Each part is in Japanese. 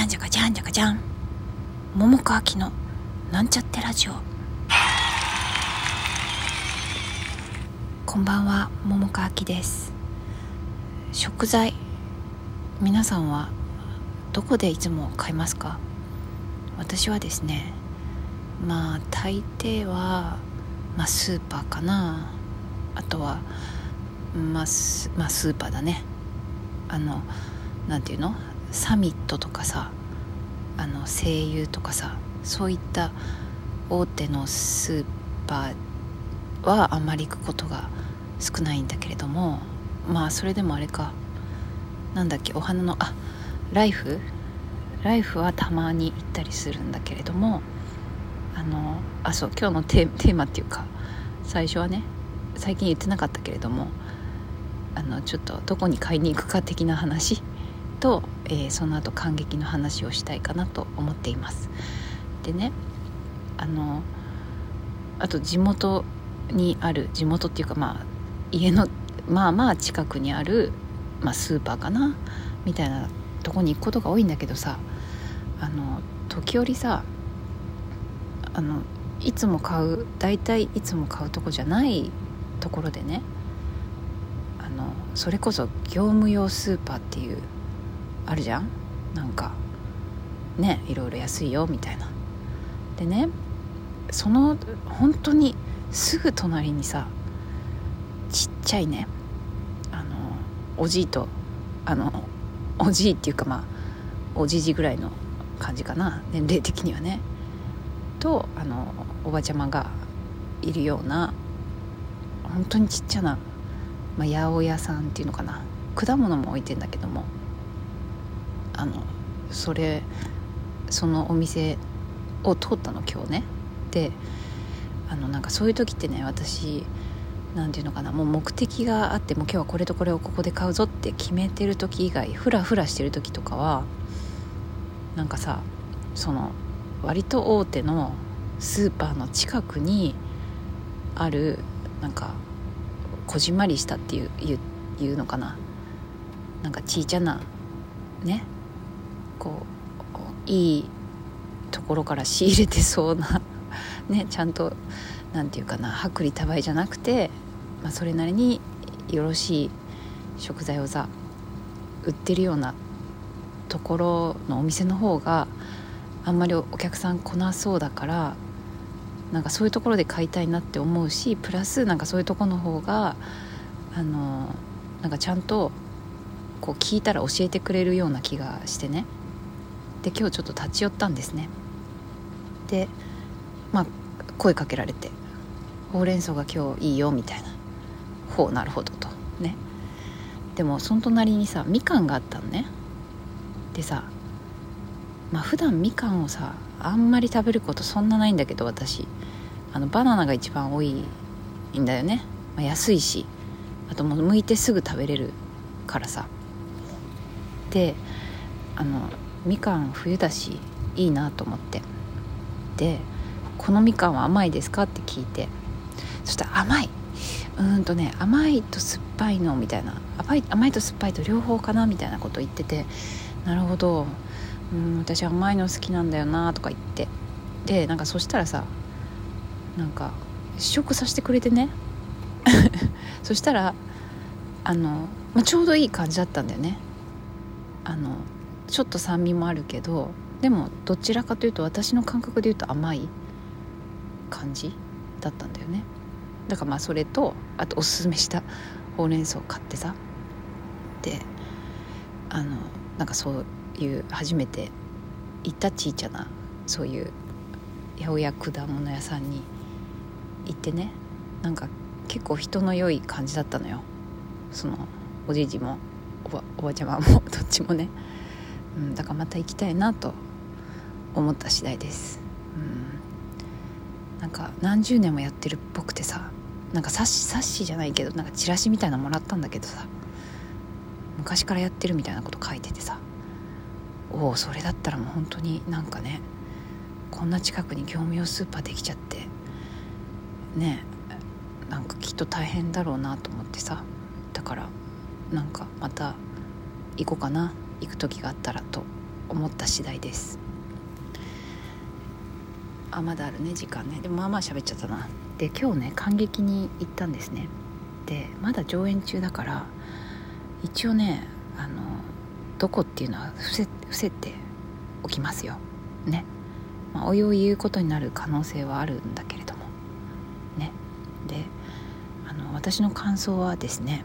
ゃんじゃかじゃんじゃかじゃん、桃川きのなんちゃってラジオ。こんばんは、桃川きです。食材、皆さんはどこでいつも買いますか？私はですね、大抵は、スーパーかな。あとはスーパーだね。なんていうの、サミットとかさ、西友とかさ、そういった大手のスーパーはあんまり行くことが少ないんだけれども、それでもあれか、なんだっけ、お花のライフはたまに行ったりするんだけれども、そう、今日のテーマっていうか、最初はね、最近言ってなかったけれども、ちょっとどこに買いに行くか的な話と、その後感激の話をしたいかなと思っています。でね、あと地元っていうか、家の近くにある、スーパーかなみたいなとこに行くことが多いんだけどさ、時折さ、大体いつも買うとこじゃないところでね、それこそ業務用スーパーっていうあるじゃん。なんかね、いろいろ安いよみたいな。でね、その本当にすぐ隣にさ、ちっちゃいね、おじいとおじいっていうか、おじじぐらいの感じかな、年齢的にはね、とおばちゃまがいるような、本当にちっちゃな、八百屋さんっていうのかな、果物も置いてんだけども、そのお店を通ったの今日ね。で、なんかそういう時ってね、私なんていうのかな、もう目的があって、もう今日はこれとこれをここで買うぞって決めてる時以外、フラフラしてる時とかは、なんかさ、その割と大手のスーパーの近くにある、なんかこじんまりしたっていうのかな、なんかちいちゃなね、こういいところから仕入れてそうなね、ちゃんとなんていうかな、薄利多売じゃなくて、それなりによろしい食材をさ売ってるようなところのお店の方があんまりお客さん来なそうだから、なんかそういうところで買いたいなって思うし、プラスなんかそういうところの方がなんかちゃんとこう聞いたら教えてくれるような気がしてね。で、今日ちょっと立ち寄ったんですね。で、声かけられて、ほうれん草が今日いいよみたいな。ほう、なるほどとね。でもその隣にさ、みかんがあったのね。でさ、普段みかんをさあんまり食べることそんなないんだけど、私バナナが一番多いんだよね。安いし、あともう剥いてすぐ食べれるからさ。で、みかん冬だしいいなと思って、で、このみかんは甘いですかって聞いて、そしたら甘いと酸っぱいのみたいな、甘いと酸っぱいと両方かなみたいなこと言ってて、なるほど、私甘いの好きなんだよなとか言って、で、なんかそしたらさ、なんか試食させてくれてねそしたらちょうどいい感じだったんだよね。ちょっと酸味もあるけど、でもどちらかというと私の感覚で言うと甘い感じだったんだよね。だからそれと、あとおすすめしたほうれん草を買ってさ、でなんかそういう初めて行ったちいちゃなそういう八百屋果物屋さんに行ってね、なんか結構人の良い感じだったのよ。そのおじいじもおばちゃまもどっちもね、だからまた行きたいなと思った次第です。なんか何十年もやってるっぽくてさ、なんか冊子じゃないけど、なんかチラシみたいなのもらったんだけどさ、昔からやってるみたいなこと書いててさ、それだったらもう本当になんかね、こんな近くに業務用スーパーできちゃってね、なんかきっと大変だろうなと思ってさ、だからなんかまた行こうかな、行く時があったらと思った次第です。まだあるね、時間ね。でもまあ喋っちゃったな。で今日ね観劇に行ったんですね。でまだ上演中だから一応ねどこっていうのは伏せておきますよね。おいおい言うことになる可能性はあるんだけれどもね。で私の感想はですね、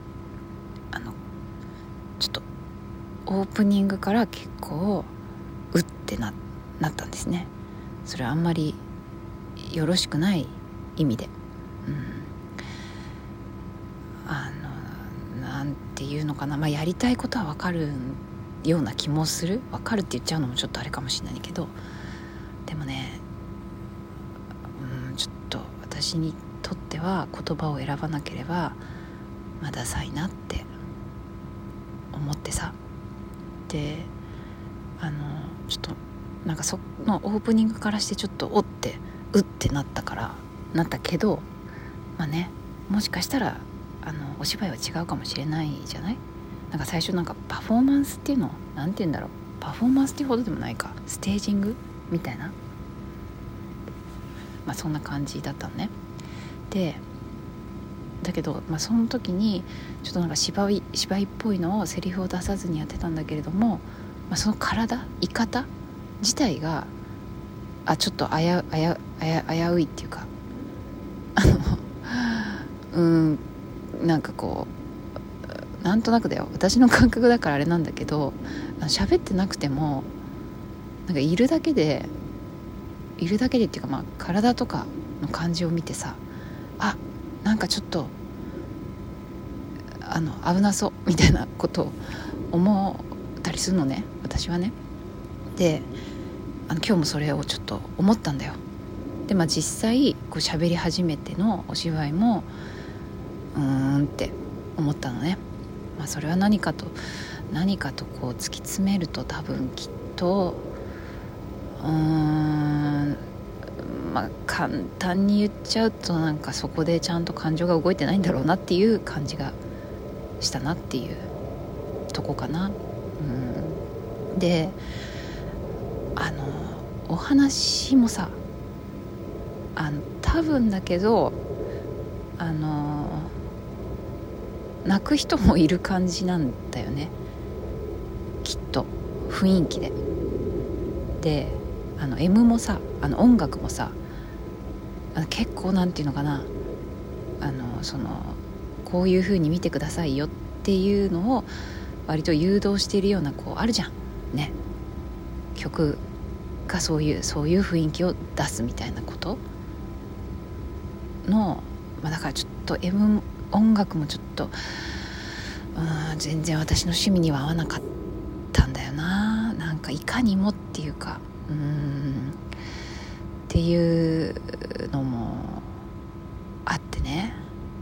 ちょっとオープニングから結構うってなったんですね。それはあんまりよろしくない意味で、なんていうのかな、やりたいことは分かるような気もする。分かるって言っちゃうのもちょっとあれかもしれないけど、でもね、ちょっと私にとっては言葉を選ばなければダサいなって思ってさ。でちょっとなんかそのオープニングからしてちょっとうってなったけど、もしかしたらお芝居は違うかもしれないじゃない。なんか最初なんかパフォーマンスっていうのなんて言うんだろう、パフォーマンスっていうほどでもないか、ステージングみたいな、そんな感じだったのね。でだけど、その時にちょっとなんか芝居っぽいのをセリフを出さずにやってたんだけれども、その言い方自体がちょっと危ういっていうかなんかこうなんとなくだよ、私の感覚だからあれなんだけど、喋ってなくてもなんかいるだけでっていうか、体とかの感じを見てさ、なんかちょっと危なそうみたいなことを思ったりするのね、私はね。で今日もそれをちょっと思ったんだよ。で実際こう喋り始めてのお芝居もって思ったのね。それは何かとこう突き詰めると多分きっと簡単に言っちゃうとなんかそこでちゃんと感情が動いてないんだろうなっていう感じがしたなっていうとこかな。でお話もさ多分だけど泣く人もいる感じなんだよね、きっと雰囲気で。でM もさ音楽もさ結構なんていうのかな、こういう風に見てくださいよっていうのを割と誘導しているようなあるじゃんね、曲がそういう雰囲気を出すみたいなことの、だからちょっと M 音楽もちょっと全然私の趣味には合わなかったんだよな。なんかいかにもっていうかっていうのもあってね。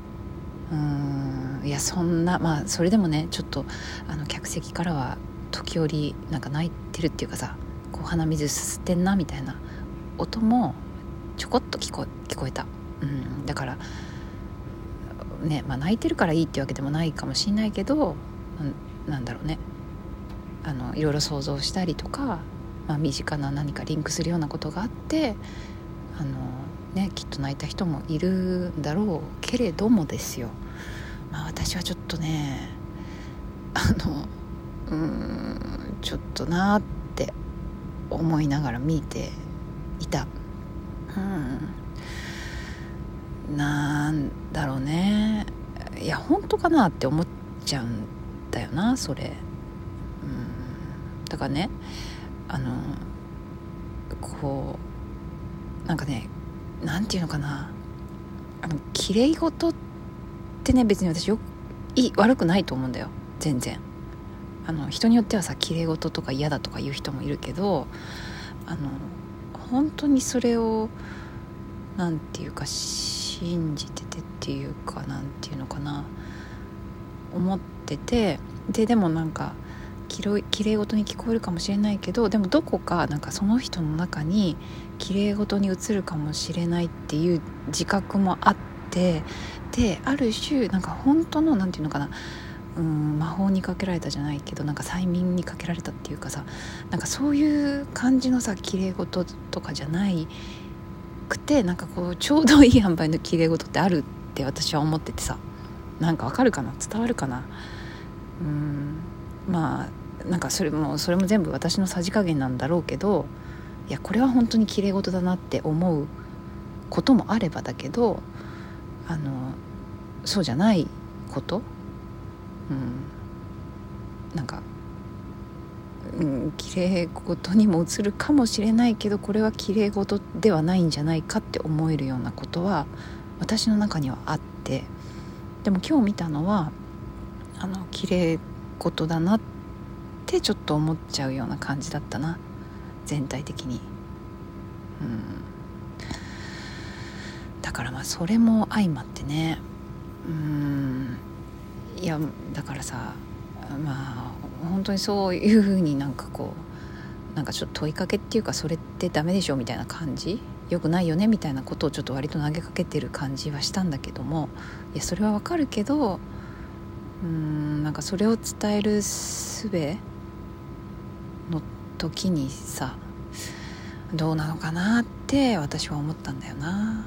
いやそんなそれでもねちょっと客席からは時折なんか泣いてるっていうかさ、鼻水すすってんなみたいな音もちょこっと聞こえた。だからね、泣いてるからいいっていうわけでもないかもしれないけど、なんだろうね、いろいろ想像したりとか、身近な何かリンクするようなことがあってきっと泣いた人もいるんだろうけれどもですよ、私はちょっとねちょっとなーって思いながら見ていた。なんだろうね、いや本当かなって思っちゃうんだよなそれ。だからねなんかね、なんていうのかな、綺麗事ってね別に私悪くないと思うんだよ全然。人によってはさ綺麗事とか嫌だとか言う人もいるけど、本当にそれをなんていうか信じててっていうかなんていうのかな思ってて、でもなんか綺麗事に聞こえるかもしれないけど、でもどこかなんかその人の中に綺麗事に映るかもしれないっていう自覚もあって、である種なんか本当のなんていうのかな、 魔法にかけられたじゃないけど、なんか催眠にかけられたっていうかさ、なんかそういう感じのさ綺麗事とかじゃないくて、なんかこうちょうどいい塩梅の綺麗事ってあるって私は思っててさ、なんかわかるかな、伝わるかな。まあなんかそれも全部私のさじ加減なんだろうけど、いやこれは本当に綺麗事だなって思うこともあればだけど、そうじゃないこと、なんか、綺麗事にも映るかもしれないけど、これは綺麗事ではないんじゃないかって思えるようなことは私の中にはあって、でも今日見たのは綺麗事だなってちょっと思っちゃうような感じだったな、全体的に。だからまあそれも相まってね、いやだからさ、まあ本当にそういう風になんかこうなんかちょっと問いかけっていうか、それってダメでしょみたいな感じ、良くないよねみたいなことをちょっと割と投げかけてる感じはしたんだけども、いやそれはわかるけど、なんかそれを伝える術の時にさ、どうなのかなって私は思ったんだよな。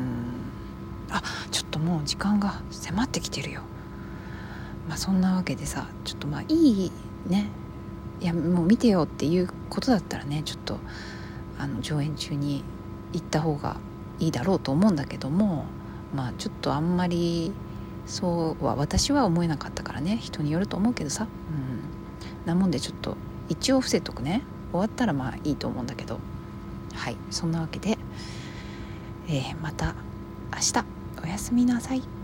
ちょっともう時間が迫ってきてるよ。まあそんなわけでさ、ちょっとまあいいね、いやもう見てよっていうことだったらね、ちょっと上演中に行った方がいいだろうと思うんだけども、まあちょっとあんまりそうは私は思えなかったからね、人によると思うけどさ、なもんでちょっと一応伏せとくね。終わったらまあいいと思うんだけど、はい、そんなわけで、また明日おやすみなさい。